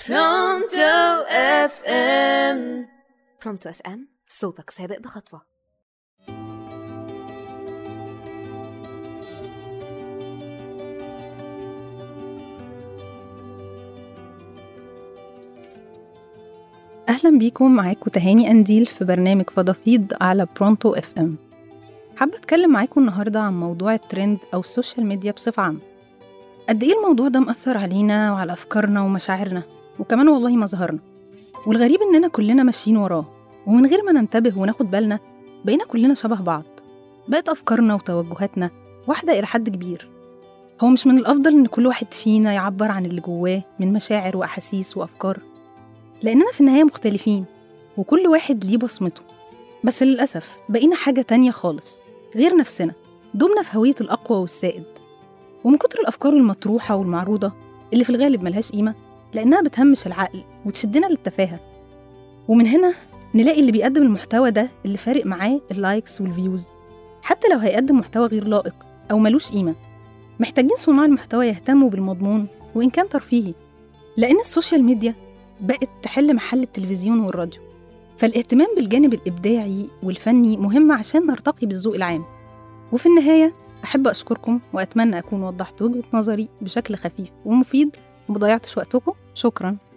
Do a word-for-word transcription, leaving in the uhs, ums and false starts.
برونتو اف ام. برونتو اف ام، صوتك سابق بخطوة. أهلا بيكم، معاكم تهاني أنديل في برنامج فضافيض على برونتو اف ام. حابة أتكلم معاكم النهاردة عن موضوع الترند أو السوشيال ميديا بصفة عامة. قد إيه الموضوع ده مأثر علينا وعلى أفكارنا ومشاعرنا وكمان والله مظهرنا، والغريب إننا كلنا ماشيين وراه ومن غير ما ننتبه وناخد بالنا بقينا كلنا شبه بعض. بقت أفكارنا وتوجهاتنا واحدة إلى حد كبير. هو مش من الأفضل إن كل واحد فينا يعبر عن اللي جواه من مشاعر وأحاسيس وأفكار؟ لأننا في النهاية مختلفين وكل واحد ليه بصمته، بس للأسف بقينا حاجة تانية خالص غير نفسنا، دومنا في هوية الأقوى والسائد. ومن كتر الأفكار المطروحة والمعروضة اللي في الغالب ملهاش قيمة لأنها بتهمش العقل وتشدنا للتفاهة، ومن هنا نلاقي اللي بيقدم المحتوى ده اللي فارق معاه اللايكس والفيوز، حتى لو هيقدم محتوى غير لائق أو ملوش قيمة. محتاجين صناع المحتوى يهتموا بالمضمون وإن كان ترفيهي، لأن السوشيال ميديا بقت تحل محل التلفزيون والراديو. فالاهتمام بالجانب الإبداعي والفني مهم عشان نرتقي بالذوق العام. وفي النهاية أحب أشكركم وأتمنى أكون وضحت وجهة نظري بشكل خفيف ومفيد ومضيعتش وقتكم. شكراً.